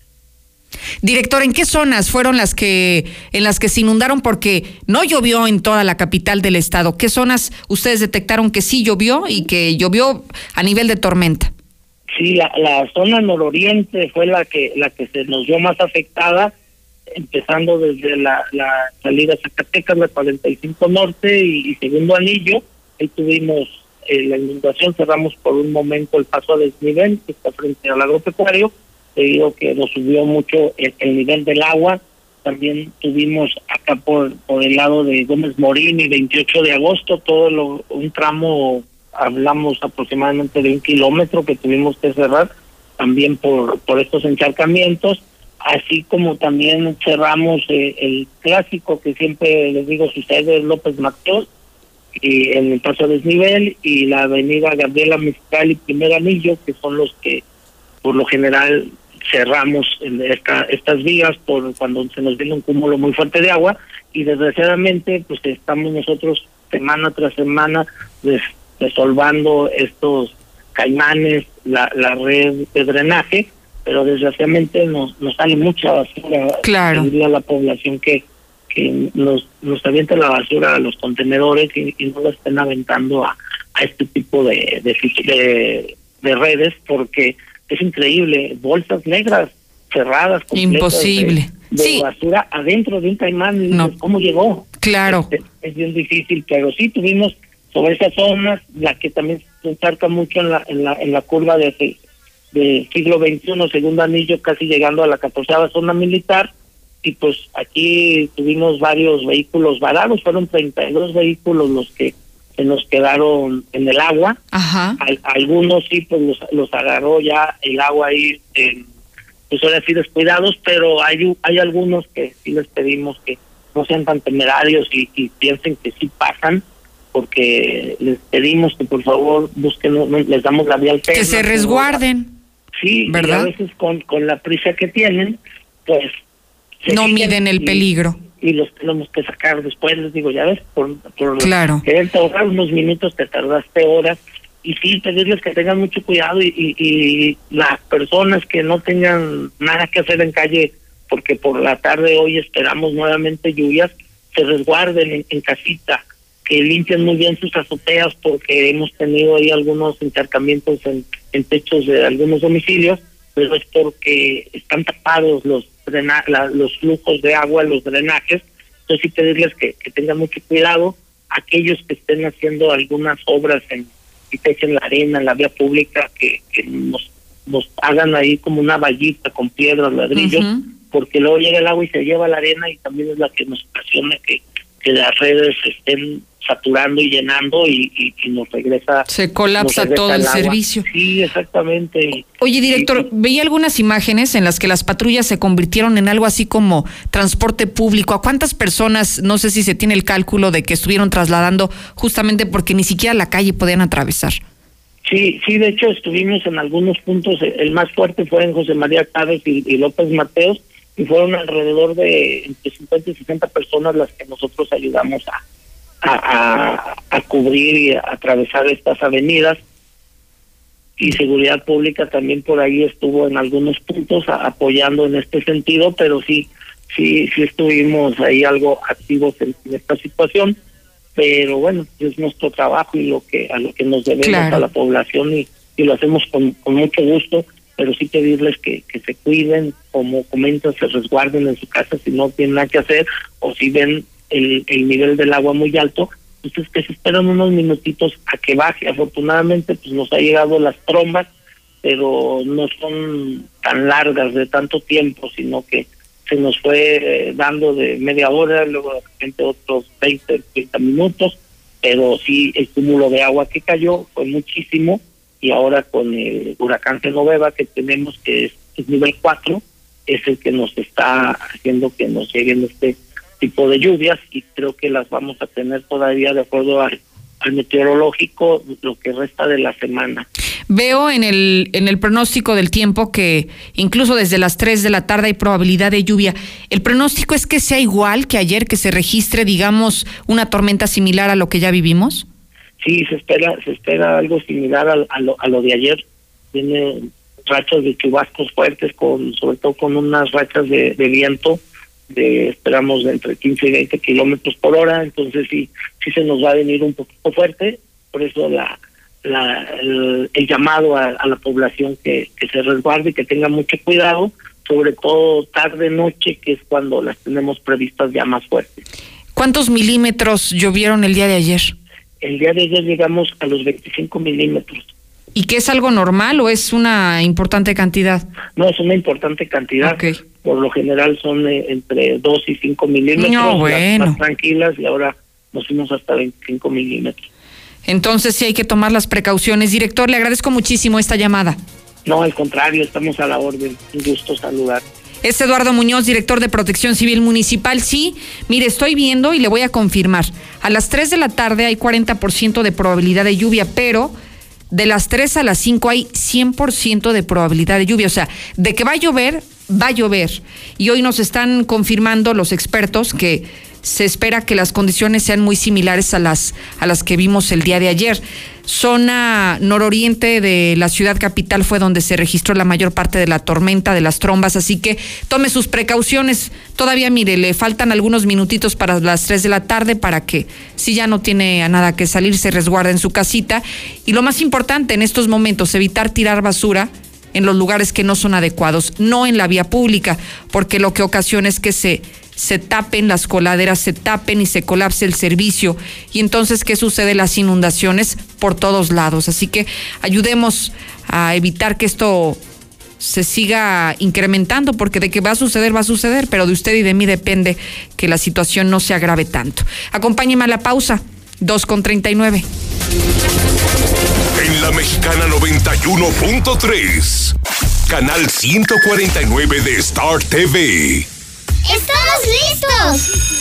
Director, ¿en qué zonas fueron las que en las que se inundaron? Porque no llovió en toda la capital del estado. ¿Qué zonas ustedes detectaron que sí llovió y que llovió a nivel de tormenta? Sí, la, la zona nororiente fue la que la que se nos vio más afectada, empezando desde la, la salida Zacatecas, la cuarenta y cinco Norte y, y Segundo Anillo. Ahí tuvimos eh, la inundación, cerramos por un momento el paso a desnivel que está frente al agropecuario, debido que nos subió mucho el, el nivel del agua. También tuvimos acá por por el lado de Gómez Morín y veintiocho de agosto, todo lo, un tramo, hablamos aproximadamente de un kilómetro que tuvimos que cerrar, también por, por estos encharcamientos, así como también cerramos eh, el clásico que siempre les digo sucede, López Mateos, y en el paso a desnivel, y la avenida Gabriela Mistral y Primer Anillo, que son los que por lo general cerramos esta, estas vías por cuando se nos viene un cúmulo muy fuerte de agua, y desgraciadamente pues estamos nosotros semana tras semana des, resolvando estos caimanes, la, la red de drenaje, pero desgraciadamente nos, nos sale mucha basura. Claro. Diría la población que que nos, nos avienta la basura a los contenedores y, y no la estén aventando a, a este tipo de, de, de, de redes, porque es increíble, bolsas negras cerradas. Imposible. De, de sí. basura adentro de un caimán. Y no. dices, ¿cómo llegó? Claro. Es, es bien difícil, pero sí tuvimos sobre esas zonas, la que también se encarca mucho en la, en la, en la curva de, de siglo veintiuno, segundo anillo, casi llegando a la catorceava zona militar, y pues aquí tuvimos varios vehículos varados, fueron treinta y dos vehículos los que se nos quedaron en el agua. Ajá. Al, algunos sí, pues los, los agarró ya el agua ahí, en, pues ahora sí descuidados, pero hay hay algunos que sí les pedimos que no sean tan temerarios y, y piensen que sí pasan, porque les pedimos que por favor busquen, no, les damos la vía alterna. Que se resguarden. Sí, ¿verdad? Y a veces con, con la prisa que tienen, pues... No miden el y, peligro. Y los tenemos que sacar después, les digo, ya ves, por, por claro. quererte ahorrar unos minutos, te tardaste horas, y sí, pedirles que tengan mucho cuidado, y, y, y las personas que no tengan nada que hacer en calle, porque por la tarde hoy esperamos nuevamente lluvias, se resguarden en, en casita, que limpien muy bien sus azoteas, porque hemos tenido ahí algunos intercambios en, en techos de algunos domicilios, pero es porque están tapados los drena la, los flujos de agua, los drenajes. Entonces sí pedirles que, que tengan mucho cuidado, aquellos que estén haciendo algunas obras en, y te echen la arena en la vía pública, que, que nos, nos hagan ahí como una vallita con piedras, ladrillos, uh-huh. porque luego llega el agua y se lleva la arena, y también es la que nos ocasiona que, que las redes estén saturando y llenando, y, y, y nos regresa se colapsa regresa todo el, el servicio. Sí, exactamente. Oye, director, sí. veía algunas imágenes en las que las patrullas se convirtieron en algo así como transporte público. ¿A cuántas personas, no sé si se tiene el cálculo de que estuvieron trasladando justamente porque ni siquiera la calle podían atravesar? Sí, sí, de hecho estuvimos en algunos puntos, el más fuerte fue en José María Chávez y, y López Mateos, y fueron alrededor de entre cincuenta y sesenta personas las que nosotros ayudamos a A, a, a cubrir y a atravesar estas avenidas, y seguridad pública también por ahí estuvo en algunos puntos a, apoyando en este sentido, pero sí sí sí estuvimos ahí algo activos en, en esta situación, pero bueno, es nuestro trabajo y lo que a lo que nos debemos claro. a la población, y, y lo hacemos con, con mucho gusto, pero sí pedirles que, que se cuiden, como comentan, se resguarden en su casa si no tienen nada que hacer, o si ven El, el nivel del agua muy alto, entonces que se esperan unos minutitos a que baje. Afortunadamente pues nos ha llegado las trombas, pero no son tan largas de tanto tiempo, sino que se nos fue eh, dando de media hora, luego de repente otros veinte, treinta minutos, pero sí el cúmulo de agua que cayó fue muchísimo, y ahora con el huracán Genoveva que tenemos, que es, es nivel cuatro, es el que nos está haciendo que nos lleguen este tipo de lluvias, y creo que las vamos a tener todavía de acuerdo al, al meteorológico lo que resta de la semana. Veo en el en el pronóstico del tiempo que incluso desde las tres de la tarde hay probabilidad de lluvia. ¿El pronóstico es que sea igual que ayer, que se registre, digamos, una tormenta similar a lo que ya vivimos? Sí, se espera se espera algo similar a, a, lo, a lo de ayer. Tiene rachas de chubascos fuertes, con sobre todo con unas rachas de, de viento, de esperamos de entre quince y veinte kilómetros por hora, entonces sí sí se nos va a venir un poquito fuerte, por eso la la el, el llamado a, a la población que, que se resguarde y que tenga mucho cuidado, sobre todo tarde noche, que es cuando las tenemos previstas ya más fuertes. ¿Cuántos milímetros llovieron el día de ayer? El día de ayer llegamos a los veinticinco milímetros. ¿Y qué es algo normal o es una importante cantidad? No, es una importante cantidad. Okay. Por lo general son eh, entre dos y cinco milímetros, no, bueno. más tranquilas, y ahora nos fuimos hasta veinticinco milímetros. Entonces sí hay que tomar las precauciones. Director, le agradezco muchísimo esta llamada. No, al contrario, estamos a la orden. Un gusto saludar. Es Eduardo Muñoz, director de Protección Civil Municipal. Sí, mire, estoy viendo y le voy a confirmar. A las tres de la tarde hay cuarenta por ciento de probabilidad de lluvia, pero de las tres a las cinco hay cien por ciento de probabilidad de lluvia. O sea, de que va a llover, va a llover. Y hoy nos están confirmando los expertos que se espera que las condiciones sean muy similares a las, a las que vimos el día de ayer. Zona nororiente de la ciudad capital fue donde se registró la mayor parte de la tormenta, de las trombas, así que tome sus precauciones. Todavía, mire, le faltan algunos minutitos para las tres de la tarde para que, si ya no tiene a nada que salir, se resguarde en su casita. Y lo más importante en estos momentos, evitar tirar basura en los lugares que no son adecuados, no en la vía pública, porque lo que ocasiona es que se, se tapen las coladeras, se tapen y se colapse el servicio. Y entonces, ¿qué sucede? Las inundaciones por todos lados. Así que ayudemos a evitar que esto se siga incrementando, porque de que va a suceder, va a suceder, pero de usted y de mí depende que la situación no se agrave tanto. Acompáñeme a la pausa, dos con treinta y nueve. En la Mexicana noventa y uno punto tres, canal ciento cuarenta y nueve de Star T V. ¡Estamos listos!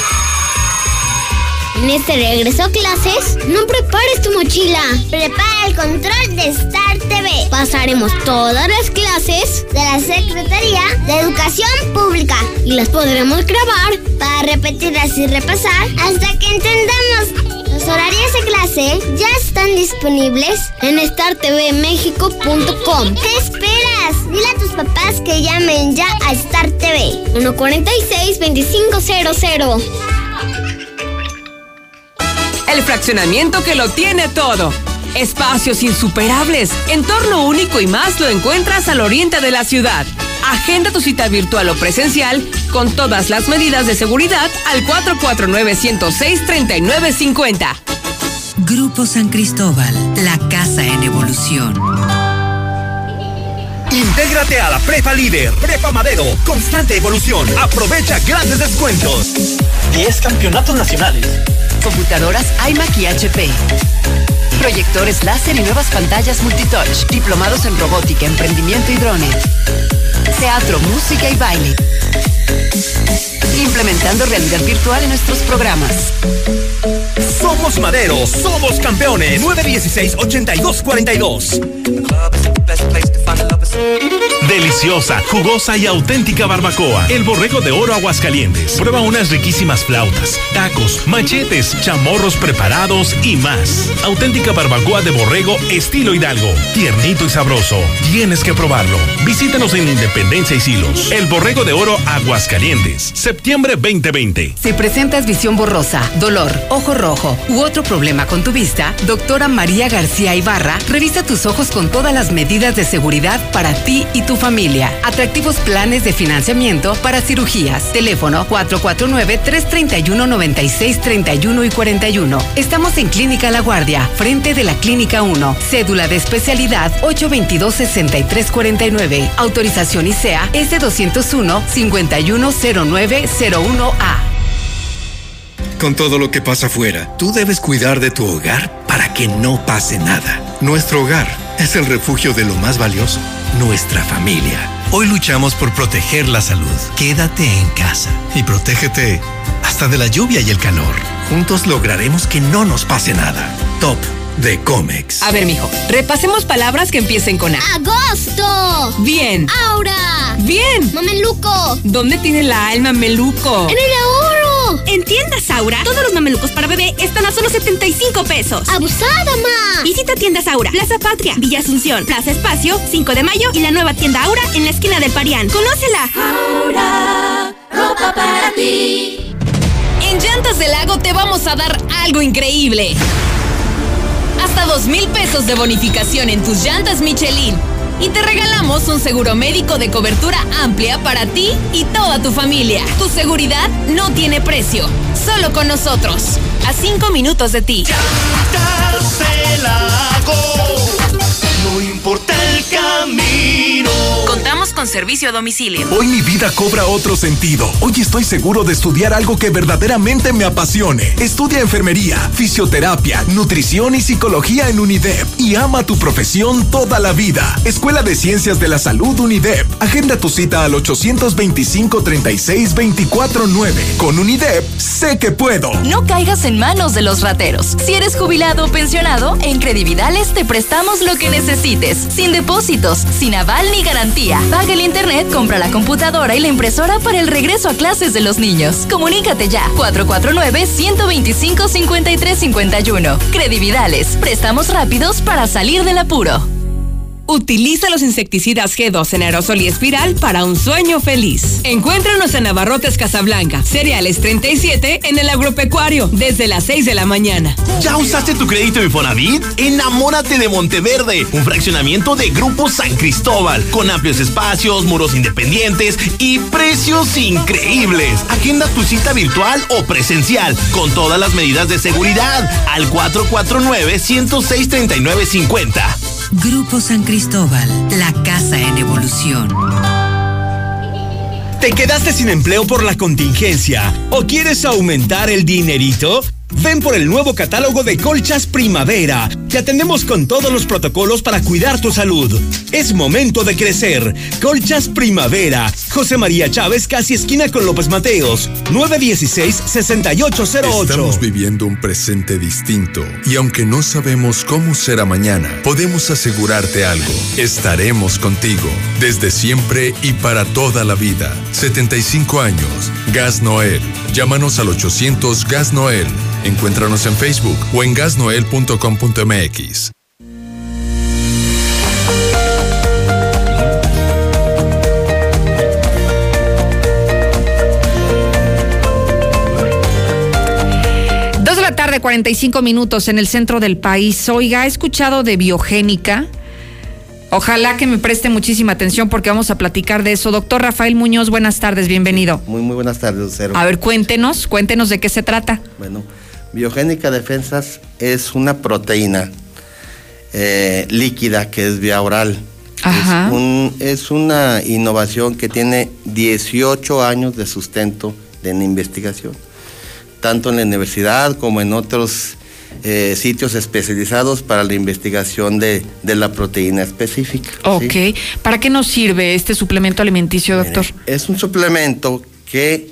En este regreso a clases, no prepares tu mochila. Prepara el control de Star T V. Pasaremos todas las clases de la Secretaría de Educación Pública y las podremos grabar para repetirlas y repasar hasta que entendamos. Los horarios de clase ya están disponibles en star t v mexico punto com. ¿Qué esperas? Dile a tus papás que llamen ya a Star T V. uno cuarenta y seis, veinticinco cero cero. El fraccionamiento que lo tiene todo. Espacios insuperables, entorno único y más lo encuentras al oriente de la ciudad. Agenda tu cita virtual o presencial con todas las medidas de seguridad al cuatro cuatro nueve, uno cero seis, tres nueve cinco cero. Grupo San Cristóbal, la casa en evolución. Intégrate a la Prepa Líder, Prepa Madero, constante evolución. Aprovecha grandes descuentos. diez campeonatos nacionales. Computadoras iMac y H P. Proyectores láser y nuevas pantallas multitouch. Diplomados en robótica, emprendimiento y drones. Teatro, música y baile. Implementando realidad virtual en nuestros programas. Somos Madero, somos campeones. nueve dieciséis, ochenta y dos cuarenta y dos. Deliciosa, jugosa y auténtica barbacoa. El Borrego de Oro Aguascalientes. Prueba unas riquísimas flautas, tacos, machetes, chamorros preparados y más. Auténtica barbacoa de borrego estilo Hidalgo. Tiernito y sabroso. Tienes que probarlo. Visítanos en Independencia y Silos. El Borrego de Oro Aguascalientes. Septiembre veinte veinte. Si presentas visión borrosa, dolor, ojo rojo u otro problema con tu vista, doctora María García Ibarra revisa tus ojos con todas las medidas de seguridad para ti y tu familia. Atractivos planes de financiamiento para cirugías. Teléfono cuatro cuatro nueve, tres tres uno, nueve seis tres uno y cuarenta y uno. Estamos en Clínica La Guardia, frente de la Clínica uno. Cédula de especialidad ocho veintidós, sesenta y tres cuarenta y nueve. Autorización I C E A S doscientos uno, cincuenta y uno cero nueve cero uno A. Con todo lo que pasa afuera, tú debes cuidar de tu hogar para que no pase nada. Nuestro hogar es el refugio de lo más valioso, nuestra familia. Hoy luchamos por proteger la salud. Quédate en casa y protégete hasta de la lluvia y el calor. Juntos lograremos que no nos pase nada. Top de Comex. A ver, mijo, repasemos palabras que empiecen con A. ¡Agosto! Bien. ¡Aura! Bien. ¡Mameluco! ¿Dónde tiene la alma Meluco? ¡En el ahorro! En Tiendas Aura, todos los mamelucos para bebé están a solo setenta y cinco pesos. ¡Abusada, ma! Visita Tiendas Aura, Plaza Patria, Villa Asunción, Plaza Espacio, cinco de mayo y la nueva tienda Aura en la esquina del Parián. ¡Conócela! Aura, ropa para ti. En Llantas del Lago te vamos a dar algo increíble. Hasta dos mil pesos de bonificación en tus llantas Michelin. Y te regalamos un seguro médico de cobertura amplia para ti y toda tu familia. Tu seguridad no tiene precio, solo con nosotros. A cinco minutos de ti. Llantas del Lago, no importa el camino. Contamos con servicio a domicilio. Hoy mi vida cobra otro sentido. Hoy estoy seguro de estudiar algo que verdaderamente me apasione. Estudia enfermería, fisioterapia, nutrición y psicología en UNIDEP. Y ama tu profesión toda la vida. Escuela de Ciencias de la Salud UNIDEP. Agenda tu cita al ochocientos veinticinco, treinta y seis, veinticuatro nueve. Con UNIDEP, sé que puedo. No caigas en manos de los rateros. Si eres jubilado o pensionado, en Credividales te prestamos lo que necesites. Sin depósitos, sin aval ni garantía. Paga el internet, compra la computadora y la impresora para el regreso a clases de los niños. Comunícate ya. cuatro cuatro nueve, uno dos cinco, cinco tres cinco uno. Credividales. Préstamos rápidos para salir del apuro. Utiliza los insecticidas G dos en aerosol y espiral para un sueño feliz. Encuéntranos en Abarrotes Casablanca, Cereales treinta y siete en el Agropecuario, desde las seis de la mañana. ¿Ya usaste tu crédito Infonavit? Enamórate de Monteverde, un fraccionamiento de Grupo San Cristóbal, con amplios espacios, muros independientes y precios increíbles. Agenda tu cita virtual o presencial, con todas las medidas de seguridad, al cuatro cuatro nueve, uno cero seis, tres nueve cinco cero. Grupo San Cristóbal, la casa en evolución. ¿Te quedaste sin empleo por la contingencia o quieres aumentar el dinerito? Ven por el nuevo catálogo de Colchas Primavera. Te atendemos con todos los protocolos para cuidar tu salud. Es momento de crecer. Colchas Primavera. José María Chávez, casi esquina con López Mateos. nueve dieciséis, sesenta y ocho cero ocho. Estamos viviendo un presente distinto y aunque no sabemos cómo será mañana, podemos asegurarte algo. Estaremos contigo desde siempre y para toda la vida. setenta y cinco años. Gas Noel. Llámanos al ochocientos Gas Noel. Encuéntranos en Facebook o en gas noel punto com punto m x. Dos de la tarde, cuarenta y cinco minutos en el centro del país. Oiga, ¿ha escuchado de Biogénica? Ojalá que me preste muchísima atención porque vamos a platicar de eso. Doctor Rafael Muñoz, buenas tardes, bienvenido. Muy, muy buenas tardes, Lucero. A ver, cuéntenos, cuéntenos de qué se trata. Bueno, Biogénica Defensas es una proteína eh, líquida que es vía oral. Ajá. Es, un, es una innovación que tiene dieciocho años de sustento de investigación, tanto en la universidad como en otros eh, sitios especializados para la investigación de, de la proteína específica. Ok. ¿Sí? ¿Para qué nos sirve este suplemento alimenticio, doctor? Mire, es un suplemento que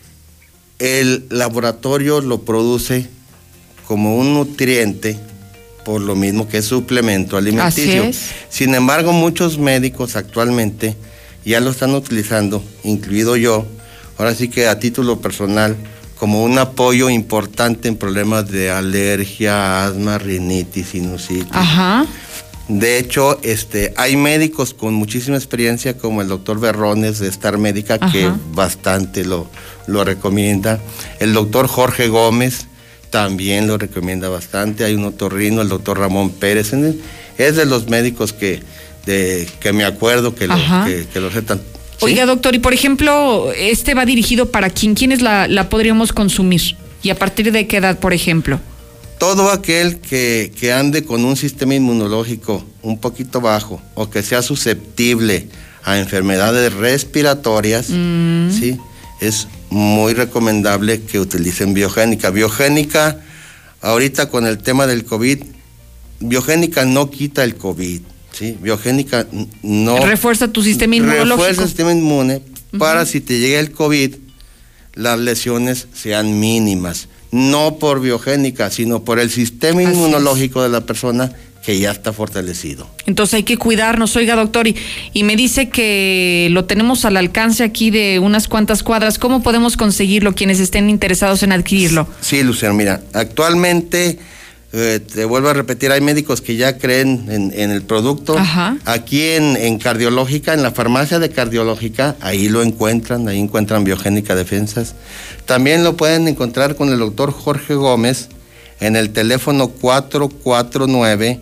el laboratorio lo produce como un nutriente, por lo mismo que es suplemento alimenticio. Así es. Sin embargo, muchos médicos actualmente ya lo están utilizando, incluido yo, ahora sí que a título personal, como un apoyo importante en problemas de alergia, asma, rinitis, sinusitis. Ajá. De hecho, este, hay médicos con muchísima experiencia, como el doctor Berrones de Star Médica, que bastante lo, lo recomienda. El doctor Jorge Gómez también lo recomienda bastante. Hay un otorrino, el doctor Ramón Pérez. Es de los médicos que, de, que me acuerdo que lo, que, que lo recetan. ¿Sí? Oiga, doctor, y por ejemplo, este va dirigido para quién, ¿quiénes la, la podríamos consumir? ¿Y a partir de qué edad, por ejemplo? Todo aquel que, que ande con un sistema inmunológico un poquito bajo o que sea susceptible a enfermedades respiratorias, mm. ¿sí? Es muy recomendable que utilicen Biogénica. Biogénica, ahorita con el tema del COVID, Biogénica no quita el COVID, ¿sí? Biogénica no... Refuerza tu sistema inmunológico. Refuerza el sistema inmune para uh-huh. si te llega el COVID, las lesiones sean mínimas. No por Biogénica, sino por el sistema Así inmunológico es. de la persona que ya está fortalecido. Entonces hay que cuidarnos. Oiga, doctor, y, y me dice que lo tenemos al alcance aquí de unas cuantas cuadras. ¿Cómo podemos conseguirlo quienes estén interesados en adquirirlo? Sí, Lucero, mira, actualmente, eh, te vuelvo a repetir, hay médicos que ya creen en, en el producto. Ajá. Aquí en, en Cardiológica, en la farmacia de Cardiológica, ahí lo encuentran, ahí encuentran Biogénica Defensas. También lo pueden encontrar con el doctor Jorge Gómez en el teléfono cuatro cuatro nueve,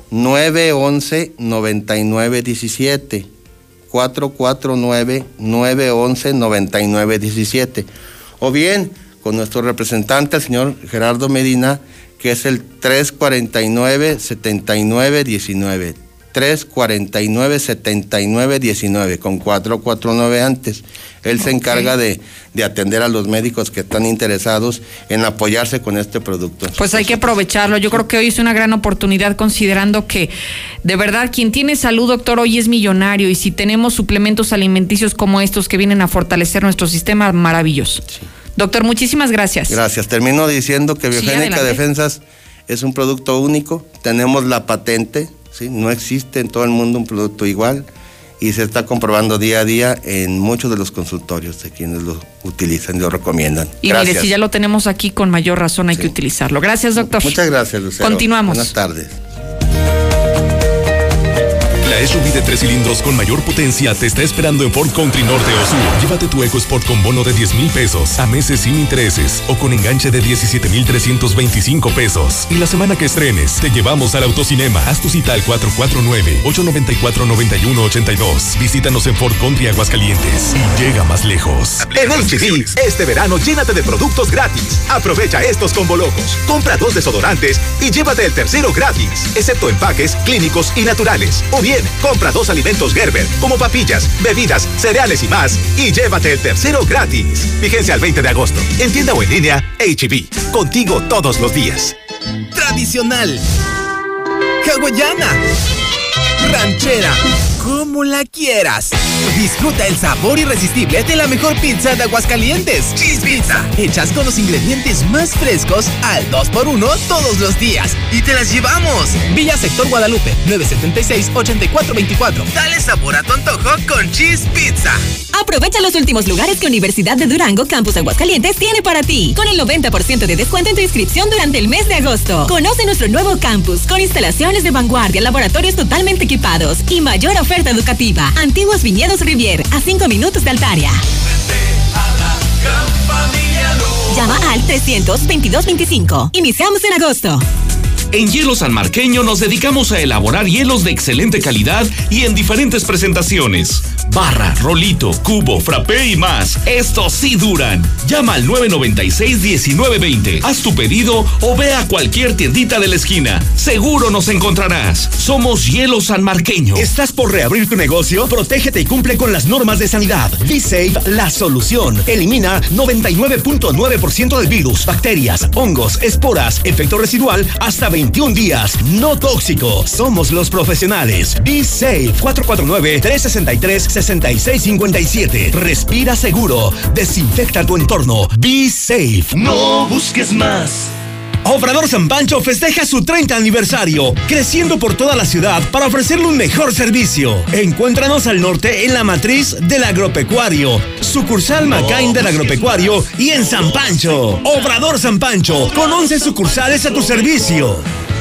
nueve once, noventa y nueve diecisiete. cuatro cuatro nueve, nueve once, noventa y nueve diecisiete. O bien con nuestro representante, el señor Gerardo Medina, que es el tres cuarenta y nueve, setenta y nueve diecinueve. tres cuarenta y nueve, setenta y nueve diecinueve, con cuatro cuatro nueve antes. Él okay. se encarga de, de atender a los médicos que están interesados en apoyarse con este producto. Pues hay que aprovecharlo. Yo creo que hoy es una gran oportunidad, considerando que de verdad quien tiene salud, doctor, hoy es millonario, y si tenemos suplementos alimenticios como estos que vienen a fortalecer nuestro sistema, maravilloso. Sí. Doctor, muchísimas gracias. Gracias. Termino diciendo que Biogénica sí, Defensas es un producto único. Tenemos la patente. ¿Sí? No existe en todo el mundo un producto igual y se está comprobando día a día en muchos de los consultorios de quienes lo utilizan y lo recomiendan. Y gracias. Mire, si ya lo tenemos aquí, con mayor razón hay sí. que utilizarlo. Gracias, doctor. Muchas gracias, Lucero. Continuamos. Buenas tardes. La S U V de tres cilindros con mayor potencia te está esperando en Ford Country Norte o Sur. Llévate tu EcoSport con bono de diez mil pesos a meses sin intereses o con enganche de diecisiete mil trescientos veinticinco pesos. Y la semana que estrenes, te llevamos al Autocinema. Haz tu cita al cuatro cuatro nueve, ocho nueve cuatro, nueve uno ocho dos. Visítanos en Ford Country Aguascalientes y llega más lejos. En H E B, este verano llénate de productos gratis. Aprovecha estos combo locos. Compra dos desodorantes y llévate el tercero gratis, excepto empaques, clínicos y naturales. O bien, compra dos alimentos Gerber, como papillas, bebidas, cereales y más, y llévate el tercero gratis. Vigencia al veinte de agosto. En tienda o en línea, H E B. Contigo todos los días. Tradicional, hawaiana, ranchera, como la quieras. Disfruta el sabor irresistible de la mejor pizza de Aguascalientes. Cheese Pizza. Hechas con los ingredientes más frescos al dos por uno todos los días. Y te las llevamos. Villa Sector Guadalupe, nueve siete seis, ocho cuatro dos cuatro. Dale sabor a tu antojo con Cheese Pizza. Aprovecha los últimos lugares que Universidad de Durango Campus Aguascalientes tiene para ti, con el noventa por ciento de descuento en tu inscripción durante el mes de agosto. Conoce nuestro nuevo campus con instalaciones de vanguardia, laboratorios totalmente equipados y mayor oferta educativa. Antiguos Viñedos Rivier, a cinco minutos de Altaria. Llama al trescientos veintidós veinticinco. Iniciamos en agosto. En Hielo Sanmarqueño nos dedicamos a elaborar hielos de excelente calidad y en diferentes presentaciones. Barra, rolito, cubo, frappé y más. Estos sí duran. Llama al nueve nueve seis, diecinueve veinte. Haz tu pedido o ve a cualquier tiendita de la esquina. Seguro nos encontrarás. Somos Hielo Sanmarqueño. ¿Estás por reabrir tu negocio? Protégete y cumple con las normas de sanidad. Be Safe, la solución. Elimina noventa y nueve punto nueve por ciento del virus, bacterias, hongos, esporas, efecto residual hasta veintiún días. No tóxico. Somos los profesionales. Be Safe. cuatro cuatro nueve, tres seis tres, seis seis cinco siete. Respira seguro. Desinfecta tu entorno. Be Safe. No busques más. Obrador San Pancho festeja su treinta aniversario, creciendo por toda la ciudad para ofrecerle un mejor servicio. Encuéntranos al norte en la matriz del agropecuario, sucursal Macain del agropecuario y en San Pancho. Obrador San Pancho, con once sucursales a tu servicio.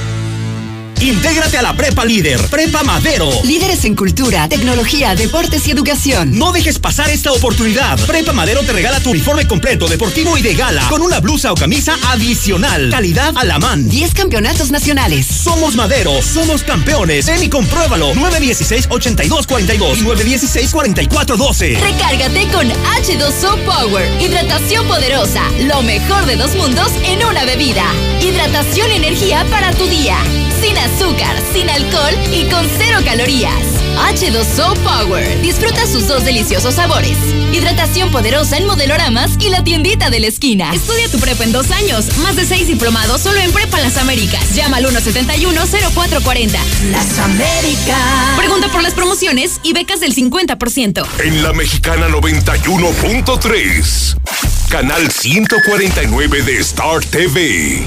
Intégrate a la Prepa Líder, Prepa Madero. Líderes en cultura, tecnología, deportes y educación. No dejes pasar esta oportunidad. Prepa Madero te regala tu uniforme completo, deportivo y de gala, con una blusa o camisa adicional. Calidad a la man. diez campeonatos nacionales. Somos Madero, somos campeones. Ven y compruébalo. nueve dieciséis, ochenta y dos cuarenta y dos y nueve dieciséis, cuarenta y cuatro doce. Recárgate con H dos O Power. Hidratación poderosa. Lo mejor de dos mundos en una bebida. Hidratación y energía para tu día. Sin azúcar, sin alcohol y con cero calorías. H dos O Power. Disfruta sus dos deliciosos sabores. Hidratación poderosa en modeloramas y la tiendita de la esquina. Estudia tu prepa en dos años. Más de seis diplomados solo en Prepa Las Américas. Llama al uno setenta y uno, cero cuatro cuarenta. Las Américas. Pregunta por las promociones y becas del cincuenta por ciento. En la Mexicana noventa y uno punto tres. Canal ciento cuarenta y nueve de Star T V.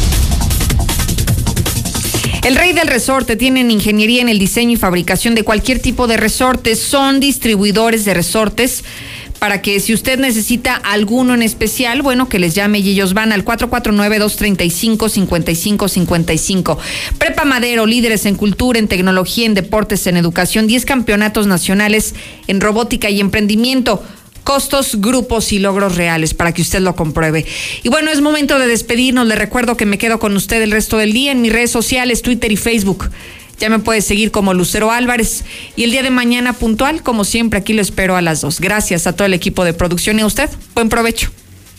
El Rey del Resorte. Tienen ingeniería en el diseño y fabricación de cualquier tipo de resortes. Son distribuidores de resortes para que si usted necesita alguno en especial, bueno, que les llame y ellos van al cuatro cuatro nueve, dos tres cinco, cinco cinco cinco cinco. Prepa Madero, líderes en cultura, en tecnología, en deportes, en educación, diez campeonatos nacionales en robótica y emprendimiento. Costos, grupos y logros reales para que usted lo compruebe. Y bueno, es momento de despedirnos. Le recuerdo que me quedo con usted el resto del día en mis redes sociales, Twitter y Facebook. Ya me puede seguir como Lucero Álvarez. Y el día de mañana puntual, como siempre, aquí lo espero a las dos. Gracias a todo el equipo de producción y a usted. Buen provecho.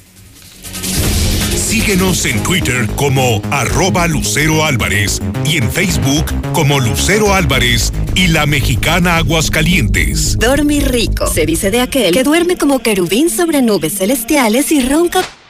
Síguenos en Twitter como arroba Lucero Álvarez y en Facebook como Lucero Álvarez y La Mexicana Aguascalientes. Dormir rico. Se dice de aquel que duerme como querubín sobre nubes celestiales y ronca